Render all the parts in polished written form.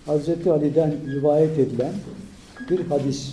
Hazreti Ali'den rivayet edilen bir hadis.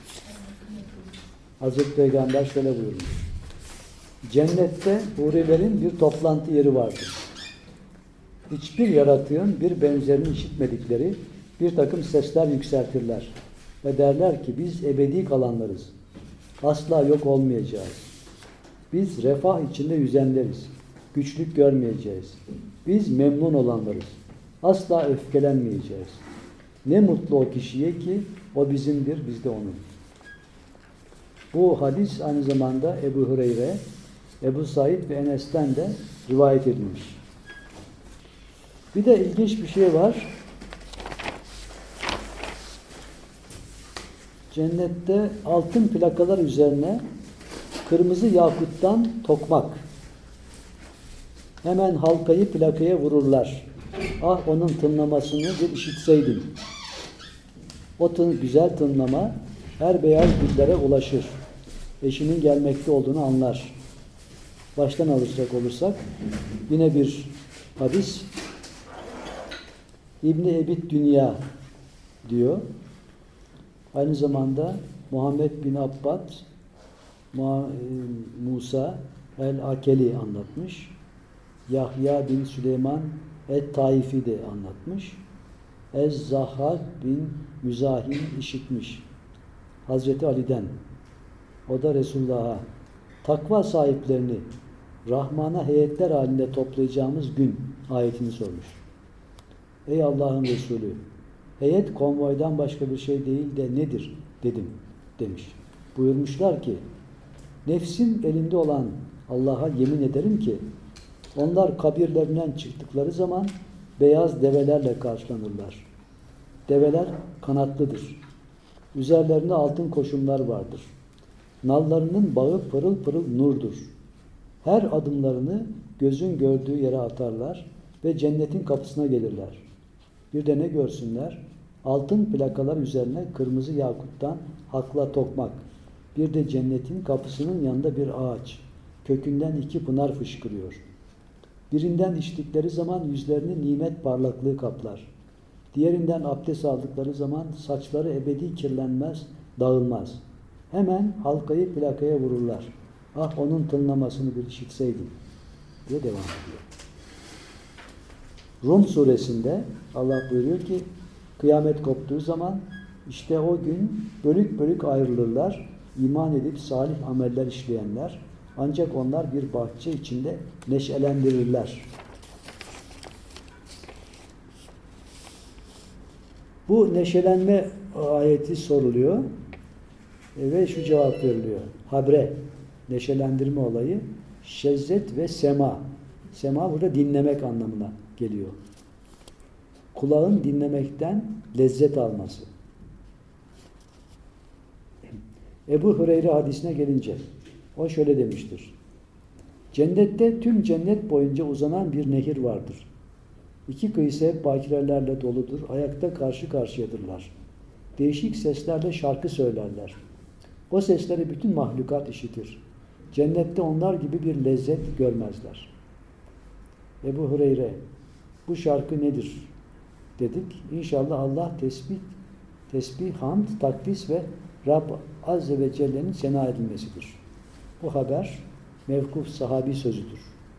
Hazreti Peygamber şöyle buyurmuş. Cennette hurilerin bir toplantı yeri vardır. Hiçbir yaratığın bir benzerini işitmedikleri bir takım sesler yükseltirler. Ve derler ki biz ebedi kalanlarız. Asla yok olmayacağız. Biz refah içinde yüzenleriz. Güçlük görmeyeceğiz. Biz memnun olanlarız. Asla öfkelenmeyeceğiz. Ne mutlu o kişiye ki o bizimdir, biz de onun. Bu hadis aynı zamanda Ebu Hureyre, Ebu Said ve Enes'ten de rivayet edilmiş. Bir de ilginç bir şey var. Cennette altın plakalar üzerine kırmızı yakuttan tokmak. Hemen halkayı plakaya vururlar. Ah onun tınlamasını bir işitseydim. O güzel tınlama her beyaz güllere ulaşır. Eşinin gelmekte olduğunu anlar. Baştan alacak olursak yine bir hadis. İbn-i Ebit Dünya diyor. Aynı zamanda Muhammed bin Abbad Musa el-Akeli anlatmış. Yahya bin Süleyman et-Taifi de anlatmış. Ez-Zahhak bin Müzahim işitmiş. Hazreti Ali'den. O da Resulullah'a takva sahiplerini Rahman'a heyetler halinde toplayacağımız gün ayetini sormuş. Ey Allah'ın Resulü, heyet konvoydan başka bir şey değil de nedir dedim demiş. Buyurmuşlar ki nefsim elinde olan Allah'a yemin ederim ki onlar kabirlerinden çıktıkları zaman beyaz develerle karşılanırlar. Develer kanatlıdır. Üzerlerinde altın koşumlar vardır. Nallarının bağı pırıl pırıl nurdur. Her adımlarını gözün gördüğü yere atarlar ve cennetin kapısına gelirler. Bir de ne görsünler? Altın plakalar üzerine kırmızı yakuttan hakla tokmak. Bir de cennetin kapısının yanında bir ağaç. Kökünden 2 pınar fışkırıyor. Birinden içtikleri zaman yüzlerini nimet parlaklığı kaplar. Diğerinden abdest aldıkları zaman saçları ebedi kirlenmez, dağılmaz. Hemen halkayı plakaya vururlar. Ah onun tınlamasını bir işitseydim diye devam ediyor. Rum suresinde Allah buyuruyor ki kıyamet koptuğu zaman işte o gün bölük bölük ayrılırlar. İman edip salih ameller işleyenler. Ancak onlar bir bahçe içinde neşelendirirler. Bu neşelenme ayeti soruluyor ve şu cevap veriliyor. Habre, neşelendirme olayı, şezzet ve sema. Sema burada dinlemek anlamına geliyor. Kulağın dinlemekten lezzet alması. Ebu Hureyre hadisine gelince, o şöyle demiştir. Cennette tüm cennet boyunca uzanan bir nehir vardır. İki kıyısı hep bakirelerle doludur. Ayakta karşı karşıyadırlar. Değişik seslerle şarkı söylerler. O sesleri bütün mahlukat işitir. Cennette onlar gibi bir lezzet görmezler. Ebu Hureyre, bu şarkı nedir? Dedik. İnşallah Allah tesbih, hamd, takdis ve Rab Azze ve Celle'nin sena edilmesidir. Bu haber mevkuf sahabi sözüdür.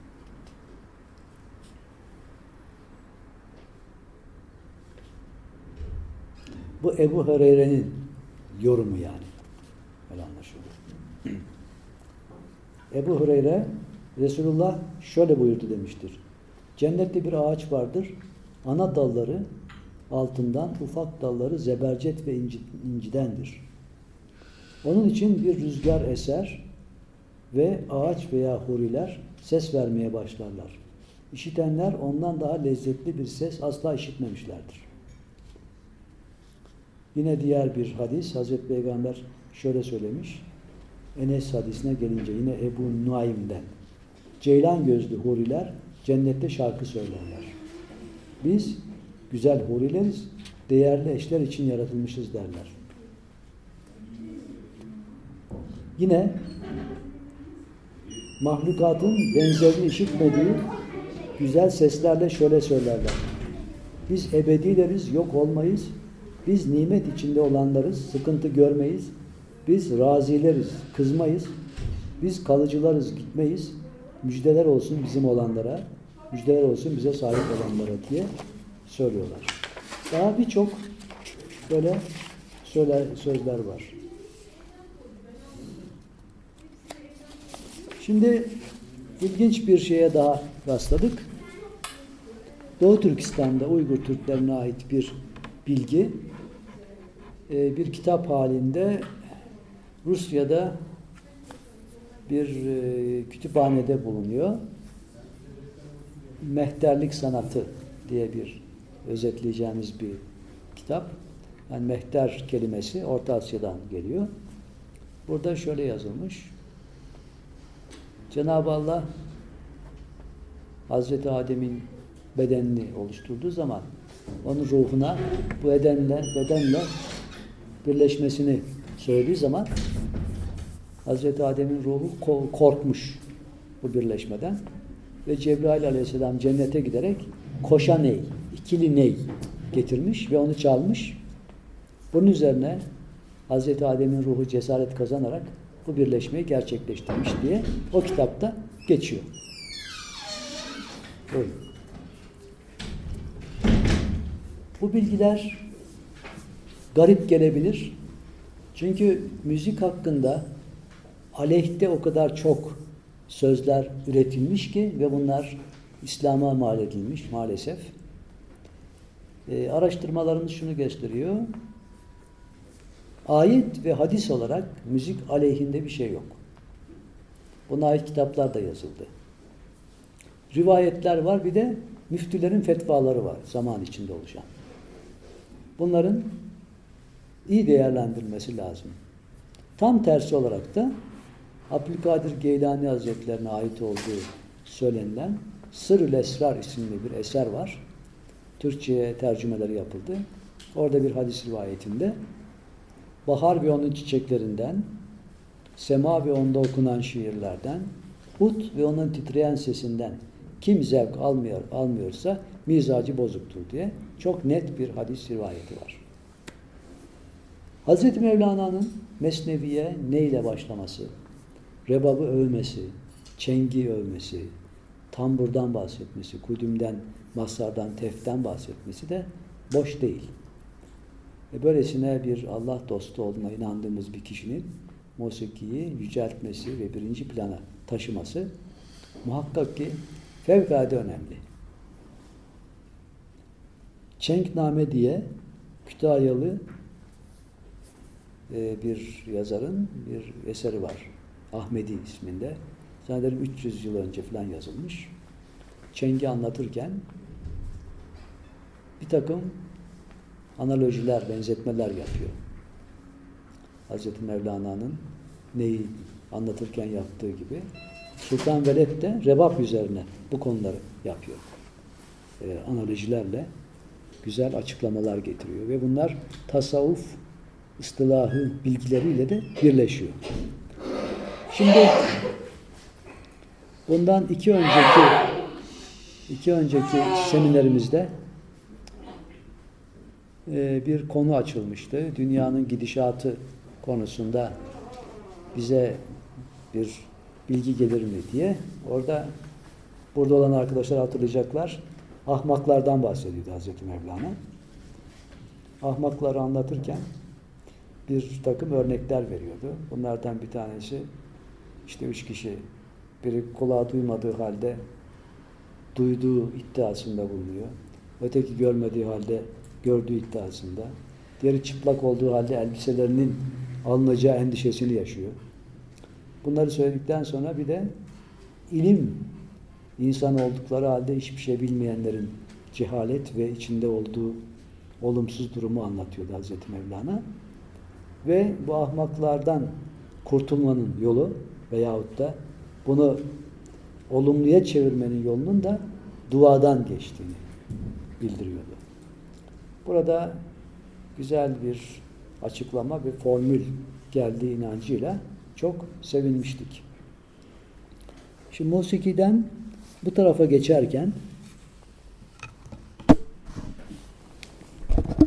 Bu Ebu Hureyre'nin yorumu yani. Öyle anlaşılıyor. Ebu Hureyre Resulullah şöyle buyurdu demiştir. Cennette bir ağaç vardır. Ana dalları altından, ufak dalları zebercet ve incidendir. Onun için bir rüzgar eser ve ağaç veya huriler ses vermeye başlarlar. İşitenler ondan daha lezzetli bir ses asla işitmemişlerdir. Yine diğer bir hadis, Hazreti Peygamber şöyle söylemiş, Enes hadisine gelince yine Ebu Nuaym'den, ceylan gözlü huriler cennette şarkı söylerler. Biz güzel hurileriz, değerli eşler için yaratılmışız derler. Yine mahlukatın benzerini işitmediği güzel seslerle şöyle söylerler. Biz ebedileriz, yok olmayız. Biz nimet içinde olanlarız, sıkıntı görmeyiz. Biz razileriz, kızmayız. Biz kalıcılarız, gitmeyiz. Müjdeler olsun bizim olanlara, müjdeler olsun bize sahip olanlara diye söylüyorlar. Daha birçok böyle sözler var. Şimdi ilginç bir şeye daha rastladık. Doğu Türkistan'da Uygur Türklerine ait bir bilgi, bir kitap halinde Rusya'da bir kütüphanede bulunuyor. Mehterlik sanatı diye bir özetleyeceğimiz bir kitap. Yani mehter kelimesi Orta Asya'dan geliyor. Burada şöyle yazılmış. Cenab-ı Allah Hazreti Adem'in bedenini oluşturduğu zaman onun ruhuna bu bedenle birleşmesini söylediği zaman Hazreti Adem'in ruhu korkmuş bu birleşmeden ve Cebrail Aleyhisselam cennete giderek koşa ney, ikili ney getirmiş ve onu çalmış. Bunun üzerine Hazreti Adem'in ruhu cesaret kazanarak bu birleşmeyi gerçekleştirmiş diye o kitapta geçiyor. Öyle. Bu bilgiler garip gelebilir. Çünkü müzik hakkında aleyhte o kadar çok sözler üretilmiş ki ve bunlar İslam'a mal edilmiş maalesef. Araştırmalarımız şunu gösteriyor. Ayet ve hadis olarak müzik aleyhinde bir şey yok. Buna ait kitaplar da yazıldı. Rivayetler var, bir de müftülerin fetvaları var zaman içinde oluşan. Bunların iyi değerlendirilmesi lazım. Tam tersi olarak da Abdülkadir Geylani Hazretlerine ait olduğu söylenilen Sır-ül Esrar isimli bir eser var. Türkçe'ye tercümeleri yapıldı. Orada bir hadis rivayetinde bahar ve onun çiçeklerinden, sema ve onda okunan şiirlerden, ut ve onun titreyen sesinden kim zevk almıyorsa mizacı bozuktur diye çok net bir hadis rivayeti var. Hazreti Mevlana'nın Mesnevi'ye neyle başlaması, rebabı övmesi, çengi övmesi, tamburdan bahsetmesi, kudümden, mazhardan, teften bahsetmesi de boş değil. Böylesine bir Allah dostu olduğuna inandığımız bir kişinin musikiyi yüceltmesi ve birinci plana taşıması muhakkak ki fevkalade önemli. Çenkname diye Kütahyalı bir yazarın bir eseri var. Ahmedi isminde. Sanırım 300 yıl önce falan yazılmış. Çengi anlatırken bir takım analojiler, benzetmeler yapıyor. Hazreti Mevlana'nın neyi anlatırken yaptığı gibi Sultan Veled de rebap üzerine bu konuları yapıyor. Analojilerle güzel açıklamalar getiriyor ve bunlar tasavvuf ıstılahı bilgileriyle de birleşiyor. Şimdi bundan iki önceki seminerimizde bir konu açılmıştı. Dünyanın gidişatı konusunda bize bir bilgi gelir mi diye. Burada olan arkadaşlar hatırlayacaklar. Ahmaklardan bahsediyordu Hazreti Mevlana. Ahmakları anlatırken bir takım örnekler veriyordu. Bunlardan bir tanesi işte 3 kişi, biri kulağı duymadığı halde duyduğu iddiasında bulunuyor. Öteki görmediği halde gördüğü iddiasında. Diğeri çıplak olduğu halde elbiselerinin alınacağı endişesini yaşıyor. Bunları söyledikten sonra bir de ilim insan oldukları halde hiçbir şey bilmeyenlerin cehalet ve içinde olduğu olumsuz durumu anlatıyordu Hazreti Mevlana. Ve bu ahmaklardan kurtulmanın yolu veyahut da bunu olumluya çevirmenin yolunun da duadan geçtiğini bildiriyordu. Burada güzel bir açıklama, bir formül geldiği inancıyla çok sevinmiştik. Şimdi musikiden bu tarafa geçerken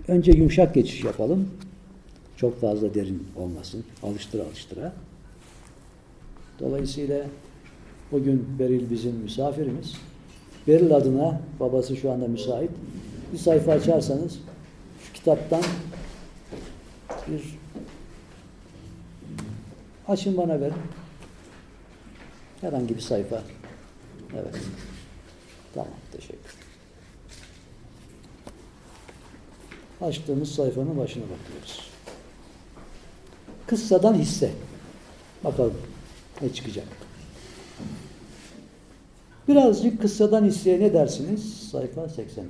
Önce yumuşak geçiş yapalım. Çok fazla derin olmasın. Alıştıra alıştıra. Dolayısıyla bugün Beril bizim misafirimiz. Beril adına, babası şu anda müsait. Bir sayfa açarsanız şu kitaptan bir açın bana verin. Herhangi bir sayfa. Evet. Tamam, teşekkür. Açtığımız sayfanın başına bakıyoruz. Kıssadan hisse. Bakalım ne çıkacak. Birazcık kıssadan hisseye ne dersiniz? Sayfa 83.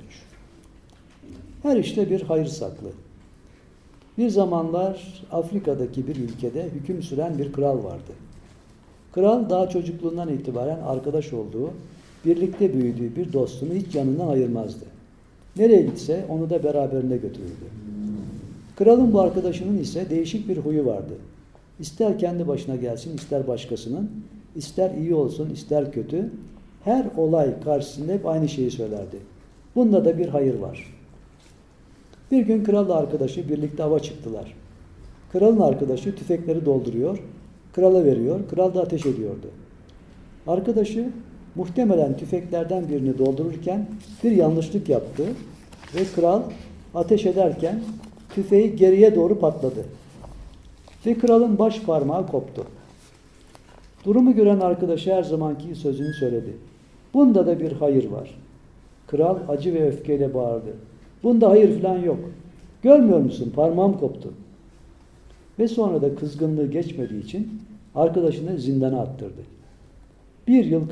Her işte bir hayır saklı. Bir zamanlar Afrika'daki bir ülkede hüküm süren bir kral vardı. Kral daha çocukluğundan itibaren arkadaş olduğu, birlikte büyüdüğü bir dostunu hiç yanından ayırmazdı. Nereye gitse onu da beraberinde götürürdü. Kralın bu arkadaşının ise değişik bir huyu vardı. İster kendi başına gelsin, ister başkasının, ister iyi olsun, ister kötü, her olay karşısında hep aynı şeyi söylerdi. Bunda da bir hayır var. Bir gün kralla arkadaşı birlikte ava çıktılar. Kralın arkadaşı tüfekleri dolduruyor, krala veriyor, kral da ateş ediyordu. Arkadaşı muhtemelen tüfeklerden birini doldururken bir yanlışlık yaptı ve kral ateş ederken tüfeği geriye doğru patladı. Ve kralın baş parmağı koptu. Durumu gören arkadaşı her zamanki sözünü söyledi. Bunda da bir hayır var. Kral acı ve öfkeyle bağırdı. Bunda hayır falan yok. Görmüyor musun? Parmağım koptu. Ve sonra da kızgınlığı geçmediği için arkadaşını zindana attırdı. Bir yıl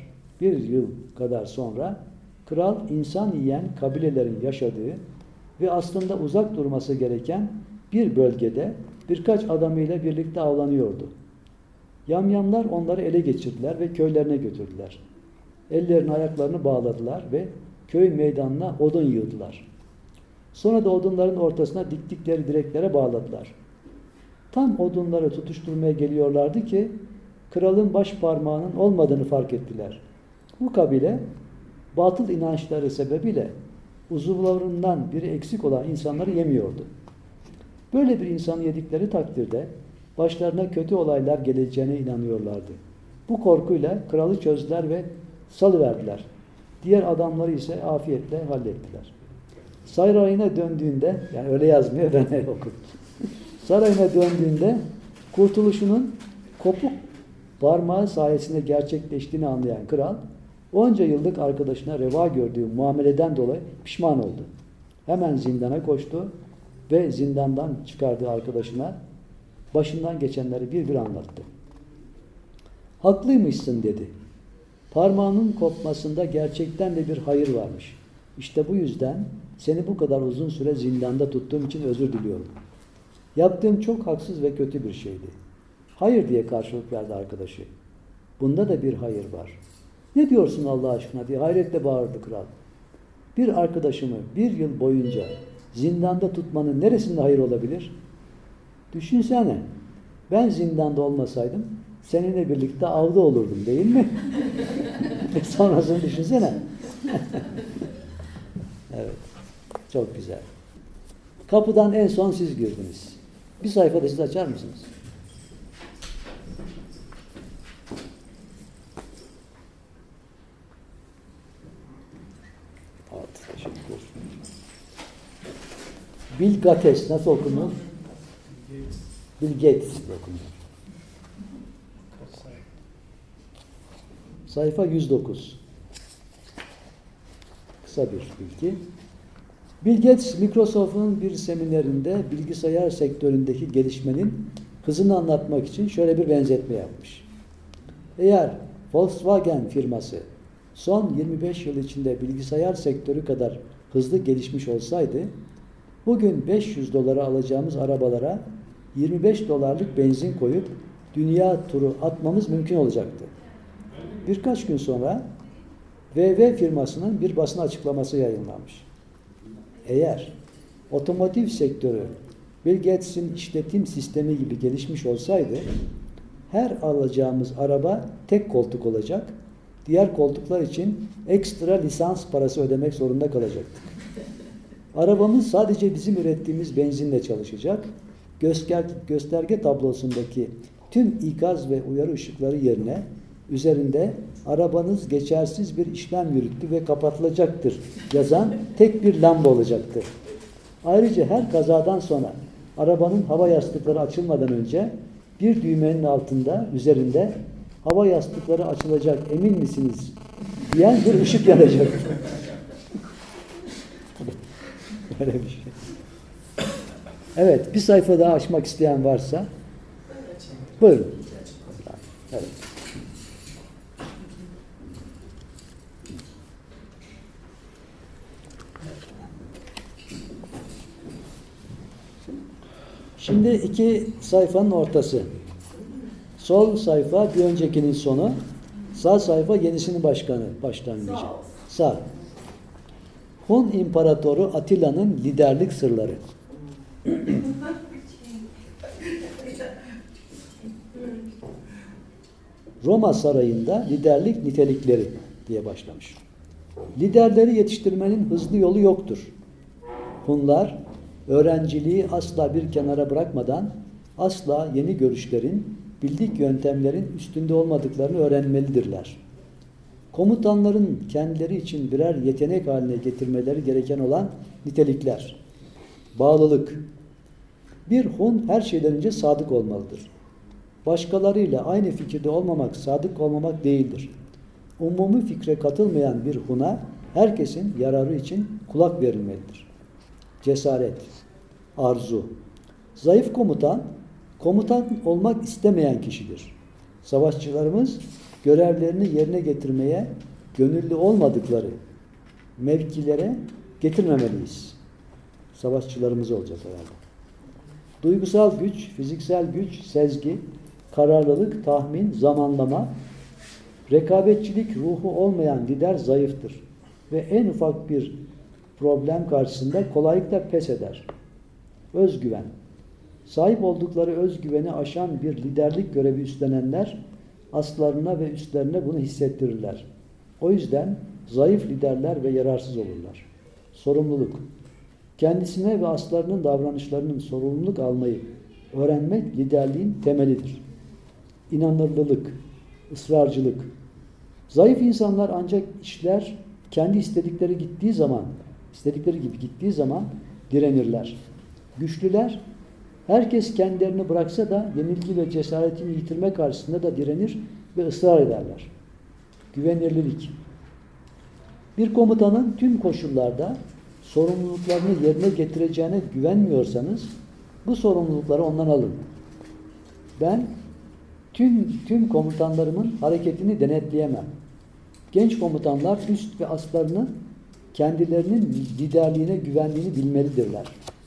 kadar sonra kral insan yiyen kabilelerin yaşadığı ve aslında uzak durması gereken bir bölgede birkaç adamıyla birlikte avlanıyordu. Yamyamlar onları ele geçirdiler ve köylerine götürdüler. Ellerini ayaklarını bağladılar ve köy meydanına odun yığdılar. Sonra da odunların ortasına diktikleri direklere bağladılar. Tam odunları tutuşturmaya geliyorlardı ki kralın baş parmağının olmadığını fark ettiler. Bu kabile batıl inançları sebebiyle uzuvlarından biri eksik olan insanları yemiyordu. Böyle bir insanı yedikleri takdirde başlarına kötü olaylar geleceğine inanıyorlardı. Bu korkuyla kralı çözdüler ve salıverdiler. Diğer adamları ise afiyetle hallettiler. Sarayına döndüğünde, yani öyle yazmıyor, ben öyle okudum. Sarayına döndüğünde kurtuluşunun kopuk parmağı sayesinde gerçekleştiğini anlayan kral, onca yıllık arkadaşına reva gördüğü muameleden dolayı pişman oldu. Hemen zindana koştu ve zindandan çıkardığı arkadaşına başından geçenleri bir anlattı. Haklıymışsın dedi. Parmağının kopmasında gerçekten de bir hayır varmış. İşte bu yüzden seni bu kadar uzun süre zindanda tuttuğum için özür diliyorum. Yaptığım çok haksız ve kötü bir şeydi. Hayır diye karşılık verdi arkadaşı. Bunda da bir hayır var. Ne diyorsun Allah aşkına diye hayretle bağırdı kral. Bir arkadaşımı bir yıl boyunca zindanda tutmanın neresinde hayır olabilir? Düşünsene, ben zindanda olmasaydım seninle birlikte avda olurdum değil mi? Sonrasını düşünsene. Evet, çok güzel. Kapıdan en son siz girdiniz. Bir sayfada siz açar mısınız? Evet, teşekkür. Bill Gates nasıl okunur? Bill Gates okunur. Sayfa 109. Kısa bir bilgi. Bill Gates, Microsoft'un bir seminerinde bilgisayar sektöründeki gelişmenin hızını anlatmak için şöyle bir benzetme yapmış. Eğer Volkswagen firması son 25 yıl içinde bilgisayar sektörü kadar hızlı gelişmiş olsaydı, bugün 500 dolara alacağımız arabalara 25 dolarlık benzin koyup dünya turu atmamız mümkün olacaktı. Birkaç gün sonra VW firmasının bir basın açıklaması yayınlanmış. Eğer otomotiv sektörü Bill Gates'in işletim sistemi gibi gelişmiş olsaydı, her alacağımız araba tek koltuk olacak, diğer koltuklar için ekstra lisans parası ödemek zorunda kalacaktık. Arabamız sadece bizim ürettiğimiz benzinle çalışacak. Gösterge tablosundaki tüm ikaz ve uyarı ışıkları yerine üzerinde arabanız geçersiz bir işlem yürüttü ve kapatılacaktır yazan tek bir lamba olacaktır. Ayrıca her kazadan sonra arabanın hava yastıkları açılmadan önce bir düğmenin üzerinde hava yastıkları açılacak emin misiniz diyen bir ışık yanacak. Böyle bir şey. Evet, bir sayfa daha açmak isteyen varsa buyurun. Evet. Şimdi iki sayfanın ortası. Sol sayfa bir öncekinin sonu. Sağ sayfa yenisinin başlangıcı. Sağ. Hun İmparatoru Atilla'nın liderlik sırları. Roma sarayında liderlik nitelikleri diye başlamış. Liderleri yetiştirmenin hızlı yolu yoktur. Hunlar öğrenciliği asla bir kenara bırakmadan asla yeni görüşlerin, bildik yöntemlerin üstünde olmadıklarını öğrenmelidirler. Komutanların kendileri için birer yetenek haline getirmeleri gereken olan nitelikler. Bağlılık. Bir Hun her şeyden önce sadık olmalıdır. Başkalarıyla aynı fikirde olmamak, sadık olmamak değildir. Umumi fikre katılmayan bir Hun'a herkesin yararı için kulak verilmelidir. Cesaret, arzu. Zayıf komutan, komutan olmak istemeyen kişidir. Savaşçılarımız görevlerini yerine getirmeye gönüllü olmadıkları mevkilere getirmemeliyiz. Savaşçılarımız olacak herhalde. Duygusal güç, fiziksel güç, sezgi, kararlılık, tahmin, zamanlama, rekabetçilik ruhu olmayan lider zayıftır ve en ufak bir problem karşısında kolaylıkla pes eder. Özgüven. Sahip oldukları özgüveni aşan bir liderlik görevi üstlenenler aslarına ve üstlerine bunu hissettirirler. O yüzden zayıf liderler ve yararsız olurlar. Sorumluluk. Kendisine ve aslarının davranışlarının sorumluluk almayı öğrenmek liderliğin temelidir. İnanırlılık, ısrarcılık. Zayıf insanlar ancak işler kendi istedikleri gibi gittiği zaman direnirler. Güçlüler, herkes kendilerini bıraksa da yenilgi ve cesaretini yitirme karşısında da direnir ve ısrar ederler. Güvenilirlik. Bir komutanın tüm koşullarda sorumluluklarını yerine getireceğine güvenmiyorsanız bu sorumlulukları ondan alın. Ben tüm komutanlarımın hareketini denetleyemem. Genç komutanlar üst ve aslarının kendilerinin liderliğine güvendiğini bilmelidirler.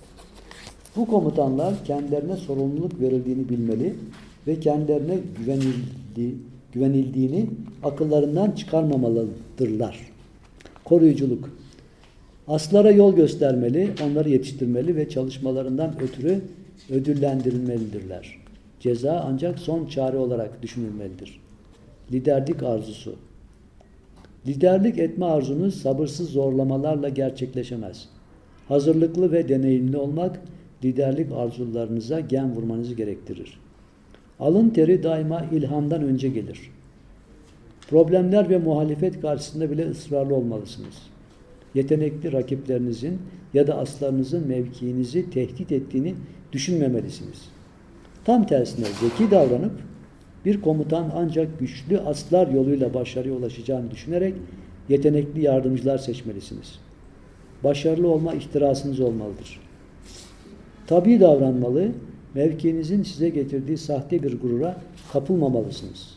Bu komutanlar kendilerine sorumluluk verildiğini bilmeli ve kendilerine güvenildiğini akıllarından çıkarmamalıdırlar. Koruyuculuk. Aslara yol göstermeli, onları yetiştirmeli ve çalışmalarından ötürü ödüllendirilmelidirler. Ceza ancak son çare olarak düşünülmelidir. Liderlik arzusu. Liderlik etme arzunuz sabırsız zorlamalarla gerçekleşemez. Hazırlıklı ve deneyimli olmak liderlik arzularınıza gen vurmanızı gerektirir. Alın teri daima ilhamdan önce gelir. Problemler ve muhalefet karşısında bile ısrarlı olmalısınız. Yetenekli rakiplerinizin ya da aslarınızın mevkiinizi tehdit ettiğini düşünmemelisiniz. Tam tersine zeki davranıp bir komutan ancak güçlü aslar yoluyla başarıya ulaşacağını düşünerek yetenekli yardımcılar seçmelisiniz. Başarılı olma ihtirasınız olmalıdır. Tabii davranmalı, mevkinizin size getirdiği sahte bir gurura kapılmamalısınız.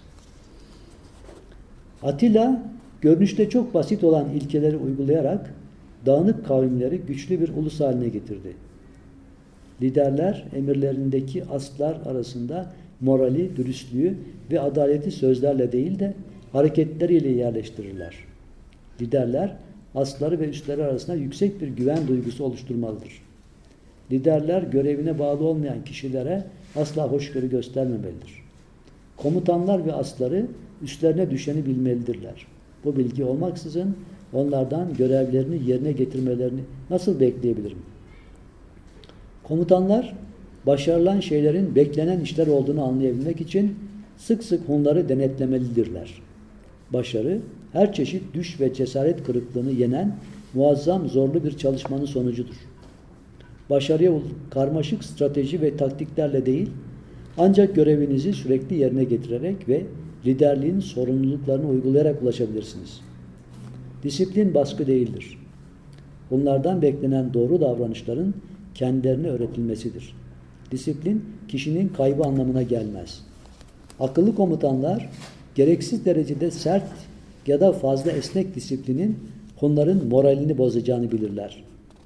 Atilla, görünüşte çok basit olan ilkeleri uygulayarak dağınık kavimleri güçlü bir ulus haline getirdi. Liderler, emirlerindeki aslar arasında morali, dürüstlüğü ve adaleti sözlerle değil de hareketleriyle yerleştirirler. Liderler, asları ve üstleri arasında yüksek bir güven duygusu oluşturmalıdır. Liderler, görevine bağlı olmayan kişilere asla hoşgörü göstermemelidir. Komutanlar ve asları üstlerine düşeni bilmelidirler. Bu bilgi olmaksızın onlardan görevlerini yerine getirmelerini nasıl bekleyebilirim? Komutanlar, başarılan şeylerin beklenen işler olduğunu anlayabilmek için sık sık onları denetlemelidirler. Başarı, her çeşit düş ve cesaret kırıklığını yenen muazzam zorlu bir çalışmanın sonucudur. Başarıya karmaşık strateji ve taktiklerle değil, ancak görevinizi sürekli yerine getirerek ve liderliğin sorumluluklarını uygulayarak ulaşabilirsiniz. Disiplin baskı değildir. Bunlardan beklenen doğru davranışların kendilerine öğretilmesidir. Disiplin, kişinin kaybı anlamına gelmez. Akıllı komutanlar, gereksiz derecede sert ya da fazla esnek disiplinin onların moralini bozacağını bilirler.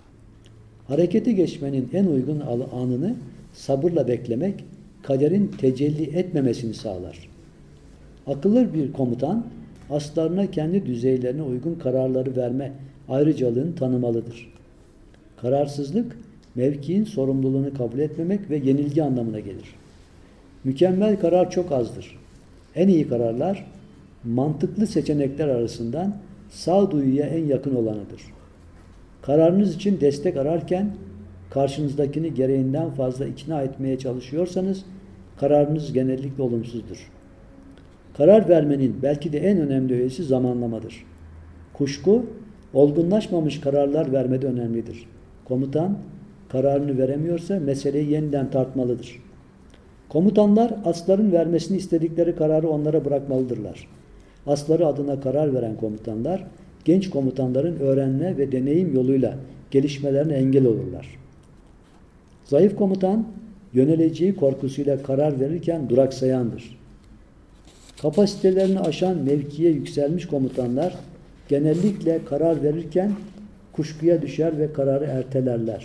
Harekete geçmenin en uygun anını sabırla beklemek, kaderin tecelli etmemesini sağlar. Akıllı bir komutan, aslarına kendi düzeylerine uygun kararları verme ayrıcalığını tanımalıdır. Kararsızlık, mevkiin sorumluluğunu kabul etmemek ve yenilgi anlamına gelir. Mükemmel karar çok azdır. En iyi kararlar, mantıklı seçenekler arasından sağduyuya en yakın olanıdır. Kararınız için destek ararken, karşınızdakini gereğinden fazla ikna etmeye çalışıyorsanız, kararınız genellikle olumsuzdur. Karar vermenin belki de en önemli öğesi zamanlamadır. Kuşku, olgunlaşmamış kararlar vermede önemlidir. Komutan, kararını veremiyorsa meseleyi yeniden tartmalıdır. Komutanlar, asların vermesini istedikleri kararı onlara bırakmalıdırlar. Asları adına karar veren komutanlar, genç komutanların öğrenme ve deneyim yoluyla gelişmelerine engel olurlar. Zayıf komutan, yöneleceği korkusuyla karar verirken duraksayandır. Kapasitelerini aşan mevkiye yükselmiş komutanlar, genellikle karar verirken kuşkuya düşer ve kararı ertelerler.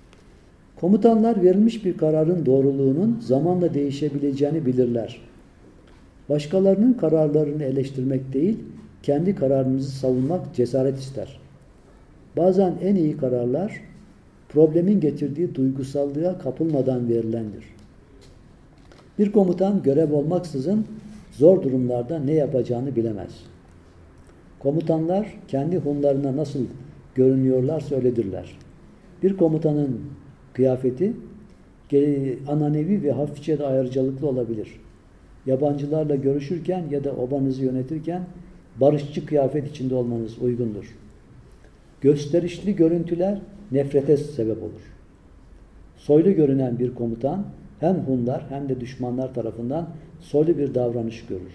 Komutanlar verilmiş bir kararın doğruluğunun zamanla değişebileceğini bilirler. Başkalarının kararlarını eleştirmek değil, kendi kararınızı savunmak cesaret ister. Bazen en iyi kararlar, problemin getirdiği duygusallığa kapılmadan verilendir. Bir komutan görev olmaksızın zor durumlarda ne yapacağını bilemez. Komutanlar kendi hunlarına nasıl görünüyorlarsa öyledirler. Bir komutanın kıyafeti ananevi ve hafifçe de ayrıcalıklı olabilir. Yabancılarla görüşürken ya da obanızı yönetirken barışçı kıyafet içinde olmanız uygundur. Gösterişli görüntüler nefrete sebep olur. Soylu görünen bir komutan hem Hunlar hem de düşmanlar tarafından soylu bir davranış görür.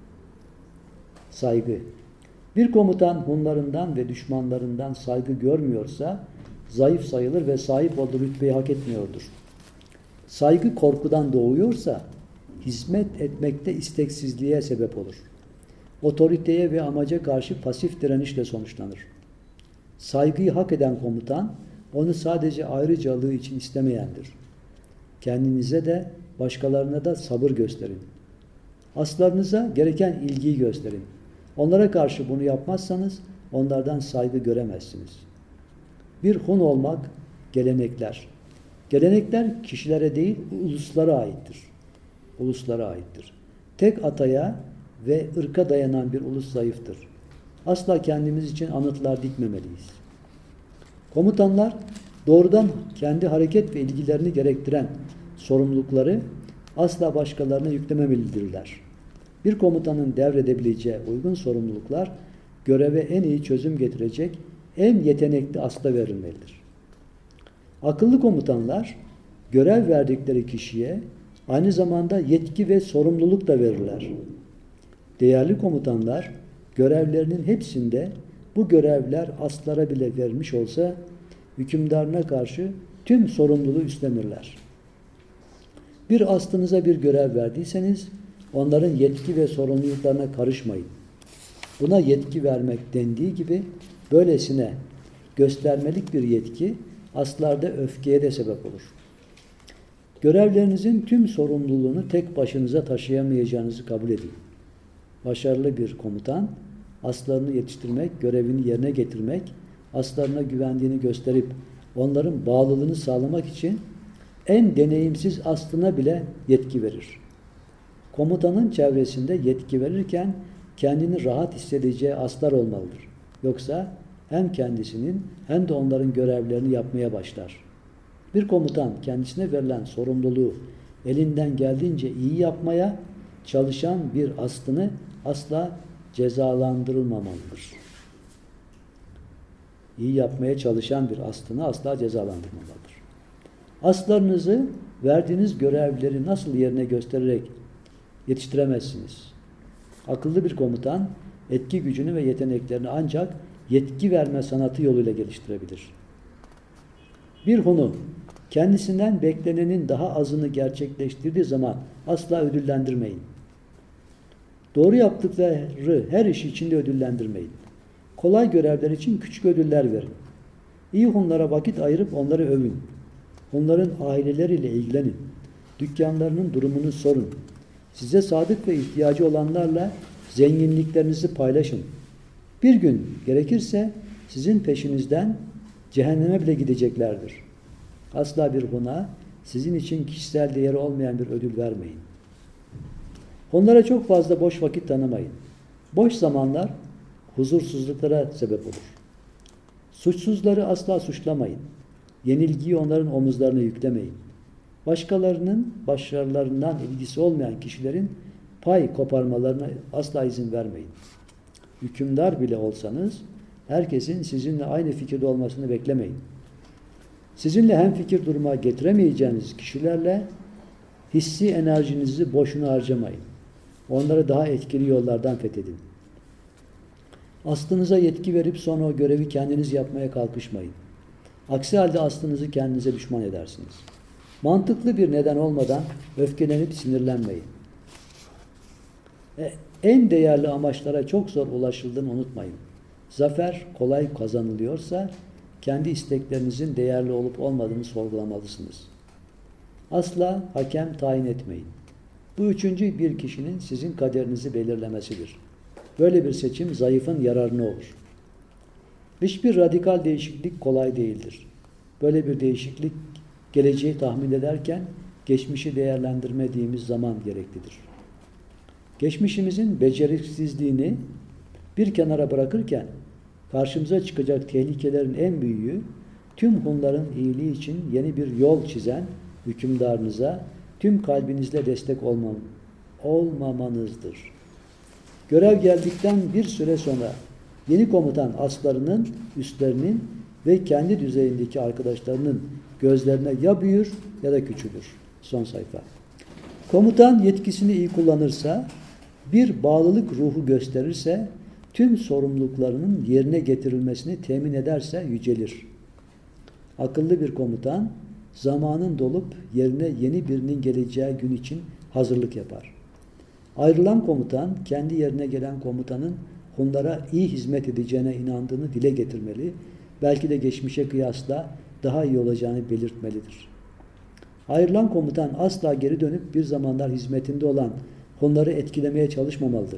Saygı. Bir komutan Hunlarından ve düşmanlarından saygı görmüyorsa zayıf sayılır ve sahip olduğu rütbeyi hak etmiyordur. Saygı korkudan doğuyorsa hizmet etmekte isteksizliğe sebep olur. Otoriteye ve amaca karşı pasif direnişle sonuçlanır. Saygıyı hak eden komutan onu sadece ayrıcalığı için istemeyendir. Kendinize de başkalarına da sabır gösterin. Aslarınıza gereken ilgiyi gösterin. Onlara karşı bunu yapmazsanız onlardan saygı göremezsiniz. Bir Hun olmak gelenekler. Gelenekler kişilere değil uluslara aittir. Uluslara aittir. Tek ataya ve ırka dayanan bir ulus zayıftır. Asla kendimiz için anıtlar dikmemeliyiz. Komutanlar doğrudan kendi hareket ve ilgilerini gerektiren sorumlulukları asla başkalarına yüklememelidirler. Bir komutanın devredebileceği uygun sorumluluklar göreve en iyi çözüm getirecek en yetenekli asla verilmelidir. Akıllı komutanlar görev verdikleri kişiye aynı zamanda yetki ve sorumluluk da verirler. Değerli komutanlar görevlerinin hepsinde bu görevler aslara bile vermiş olsa hükümdarına karşı tüm sorumluluğu üstlenirler. Bir aslınıza bir görev verdiyseniz onların yetki ve sorumluluklarına karışmayın. Buna yetki vermek dendiği gibi böylesine göstermelik bir yetki aslarda öfkeye de sebep olur. Görevlerinizin tüm sorumluluğunu tek başınıza taşıyamayacağınızı kabul edin. Başarılı bir komutan, aslarını yetiştirmek, görevini yerine getirmek, aslarına güvendiğini gösterip onların bağlılığını sağlamak için en deneyimsiz aslına bile yetki verir. Komutanın çevresinde yetki verirken kendini rahat hissedeceği aslar olmalıdır. Yoksa hem kendisinin hem de onların görevlerini yapmaya başlar. Bir komutan kendisine verilen sorumluluğu elinden geldiğince iyi yapmaya çalışan bir astını asla cezalandırılmamalıdır. İyi yapmaya çalışan bir astını asla cezalandırılmamalıdır. Aslarınızı verdiğiniz görevleri nasıl yerine göstererek yetiştiremezsiniz. Akıllı bir komutan etki gücünü ve yeteneklerini ancak yetki verme sanatı yoluyla geliştirebilir. Bir Hun'u kendisinden beklenenin daha azını gerçekleştirdiği zaman asla ödüllendirmeyin. Doğru yaptıkları her iş içinde ödüllendirmeyin. Kolay görevler için küçük ödüller verin. İyi Hunlara vakit ayırıp onları övün. Onların aileleriyle ilgilenin. Dükkanlarının durumunu sorun. Size sadık ve ihtiyacı olanlarla zenginliklerinizi paylaşın. Bir gün gerekirse sizin peşinizden cehenneme bile gideceklerdir. Asla bir Hun'a sizin için kişisel değeri olmayan bir ödül vermeyin. Onlara çok fazla boş vakit tanımayın. Boş zamanlar huzursuzluklara sebep olur. Suçsuzları asla suçlamayın. Yenilgiyi onların omuzlarına yüklemeyin. Başkalarının başarılarından ilgisi olmayan kişilerin pay koparmalarına asla izin vermeyin. Hükümdar bile olsanız herkesin sizinle aynı fikirde olmasını beklemeyin. Sizinle hemfikir duruma getiremeyeceğiniz kişilerle hissi enerjinizi boşuna harcamayın. Onları daha etkili yollardan fethedin. Aslınıza yetki verip sonra o görevi kendiniz yapmaya kalkışmayın. Aksi halde aslınızı kendinize düşman edersiniz. Mantıklı bir neden olmadan öfkelenip sinirlenmeyin. En değerli amaçlara çok zor ulaşıldığını unutmayın. Zafer kolay kazanılıyorsa kendi isteklerinizin değerli olup olmadığını sorgulamalısınız. Asla hakem tayin etmeyin. Bu üçüncü bir kişinin sizin kaderinizi belirlemesidir. Böyle bir seçim zayıfın yararına olur. Hiçbir radikal değişiklik kolay değildir. Böyle bir değişiklik geleceği tahmin ederken geçmişi değerlendirmediğimiz zaman gereklidir. Geçmişimizin beceriksizliğini bir kenara bırakırken karşımıza çıkacak tehlikelerin en büyüğü tüm Hunların iyiliği için yeni bir yol çizen hükümdarınıza tüm kalbinizle destek olmamanızdır. Görev geldikten bir süre sonra yeni komutan aslarının, üstlerinin ve kendi düzeyindeki arkadaşlarının gözlerine ya büyür ya da küçülür. Son sayfa. Komutan yetkisini iyi kullanırsa, bir bağlılık ruhu gösterirse, tüm sorumluluklarının yerine getirilmesini temin ederse yücelir. Akıllı bir komutan, zamanın dolup yerine yeni birinin geleceği gün için hazırlık yapar. Ayrılan komutan, kendi yerine gelen komutanın Hunlara iyi hizmet edeceğine inandığını dile getirmeli, belki de geçmişe kıyasla daha iyi olacağını belirtmelidir. Ayrılan komutan asla geri dönüp bir zamanlar hizmetinde olan Hunları etkilemeye çalışmamalıdır.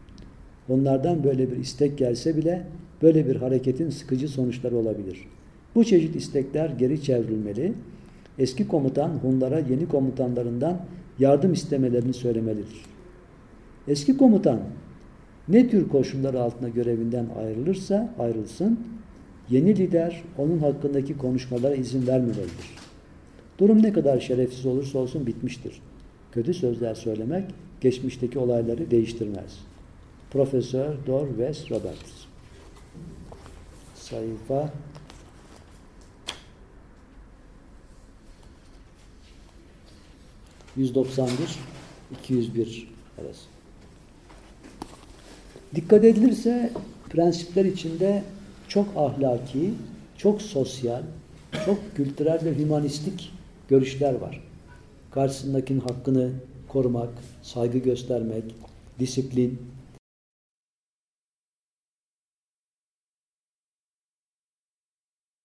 Onlardan böyle bir istek gelse bile böyle bir hareketin sıkıcı sonuçları olabilir. Bu çeşit istekler geri çevrilmeli. Eski komutan Hunlara yeni komutanlarından yardım istemelerini söylemelidir. Eski komutan ne tür koşullar altında görevinden ayrılırsa ayrılsın, yeni lider onun hakkındaki konuşmalara izin vermemelidir. Durum ne kadar şerefsiz olursa olsun bitmiştir. Kötü sözler söylemek geçmişteki olayları değiştirmez. Profesör Dor West Roberts. Sayfa 191-201 arası. Dikkat edilirse prensipler içinde çok ahlaki, çok sosyal, çok kültürel ve hümanistik görüşler var. Karşısındakinin hakkını korumak, saygı göstermek, disiplin,